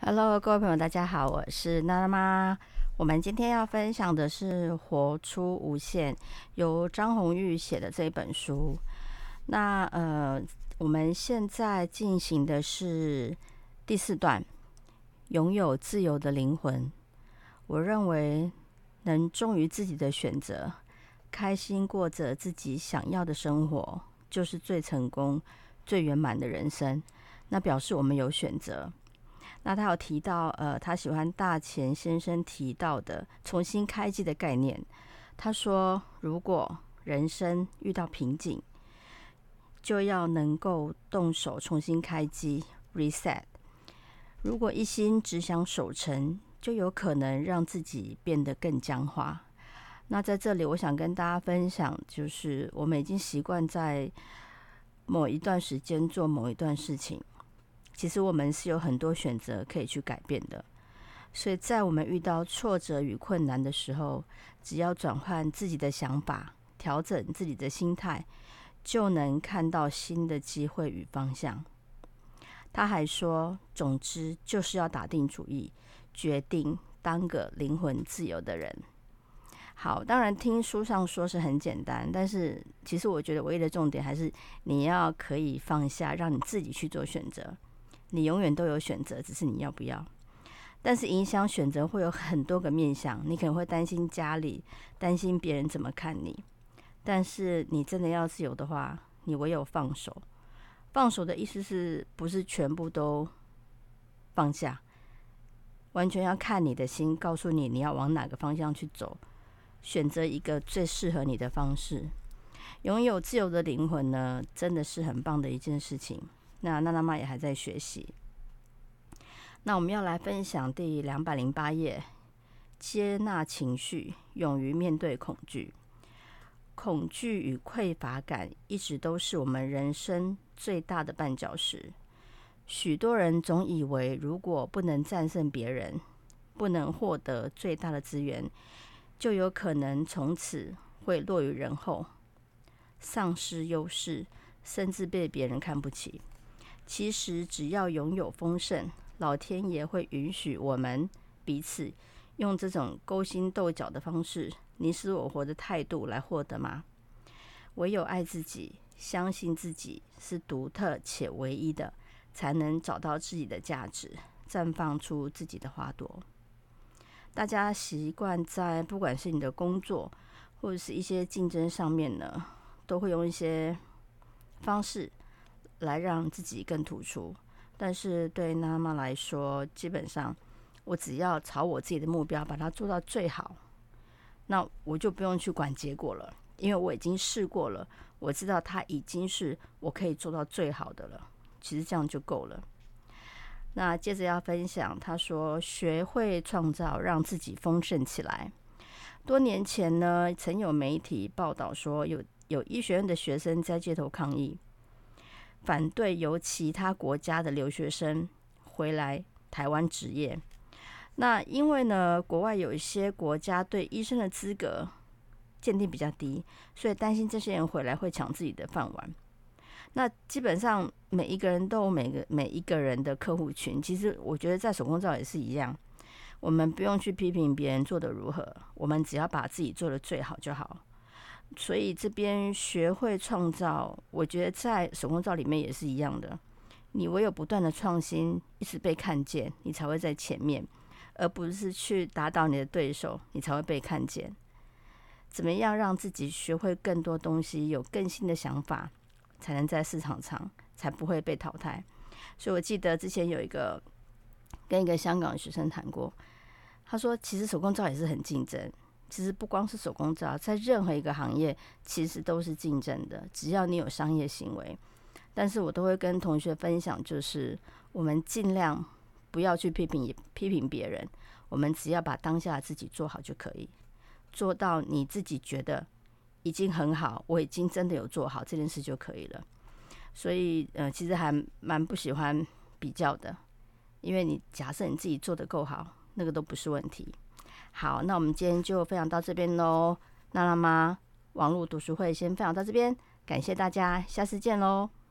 Hello，各位朋友，大家好，我是娜娜妈。我们今天要分享的是《活出无限》，由张弘玉写的这一本书。那我们现在进行的是第4段，拥有自由的灵魂。我认为能忠于自己的选择，开心过着自己想要的生活，就是最成功、最圆满的人生。那表示我们有选择。那他有提到，他喜欢大前先生提到的重新开机的概念。他说，如果人生遇到瓶颈，就要能够动手重新开机 reset。如果一心只想守成，就有可能让自己变得更僵化。那在这里，我想跟大家分享，就是我们已经习惯在某一段时间做某一段事情。其实我们是有很多选择可以去改变的，所以在我们遇到挫折与困难的时候，只要转换自己的想法，调整自己的心态，就能看到新的机会与方向。他还说，总之就是要打定主意，决定当个灵魂自由的人。好，当然听书上说是很简单，但是其实我觉得唯一的重点还是你要可以放下，让你自己去做选择。你永远都有选择，只是你要不要。但是影响选择会有很多个面向，你可能会担心家里，担心别人怎么看你。但是你真的要自由的话，你唯有放手。放手的意思是不是全部都放下？完全要看你的心，告诉你你要往哪个方向去走，选择一个最适合你的方式。拥有自由的灵魂呢，真的是很棒的一件事情。那娜娜妈也还在学习。那我们要来分享第208页，接纳情绪，勇于面对恐惧。恐惧与匮乏感一直都是我们人生最大的绊脚石。许多人总以为，如果不能战胜别人，不能获得最大的资源，就有可能从此会落于人后，丧失优势，甚至被别人看不起。其实只要拥有丰盛，老天爷会允许我们彼此用这种勾心斗角的方式，你死我活的态度来获得吗？唯有爱自己，相信自己是独特且唯一的，才能找到自己的价值，绽放出自己的花朵。大家习惯在不管是你的工作或者是一些竞争上面呢，都会用一些方式来让自己更突出。但是对娜妈来说，基本上我只要朝我自己的目标把它做到最好，那我就不用去管结果了，因为我已经试过了，我知道它已经是我可以做到最好的了，其实这样就够了。那接着要分享，他说学会创造，让自己丰盛起来。多年前呢，曾有媒体报道说有医学院的学生在街头抗议，反对由其他国家的留学生回来台湾执业。那因为呢，国外有一些国家对医生的资格鉴定比较低，所以担心这些人回来会抢自己的饭碗。那基本上每一个人都有每一个人的客户群，其实我觉得在手工皂也是一样，我们不用去批评别人做的如何，我们只要把自己做的最好就好。所以这边学会创造，我觉得在手工皂里面也是一样的。你唯有不断的创新，一直被看见，你才会在前面，而不是去打倒你的对手，你才会被看见。怎么样让自己学会更多东西，有更新的想法，才能在市场上才不会被淘汰。所以我记得之前有跟一个香港的学生谈过，他说其实手工皂也是很竞争。其实不光是手工皂，在任何一个行业其实都是竞争的，只要你有商业行为。但是我都会跟同学分享，就是我们尽量不要去批评别人，我们只要把当下自己做好就可以，做到你自己觉得已经很好，我已经真的有做好这件事就可以了。所以其实还蛮不喜欢比较的，因为你假设你自己做得够好，那个都不是问题。好，那我们今天就分享到这边咯。娜娜妈网络读书会先分享到这边，感谢大家，下次见咯。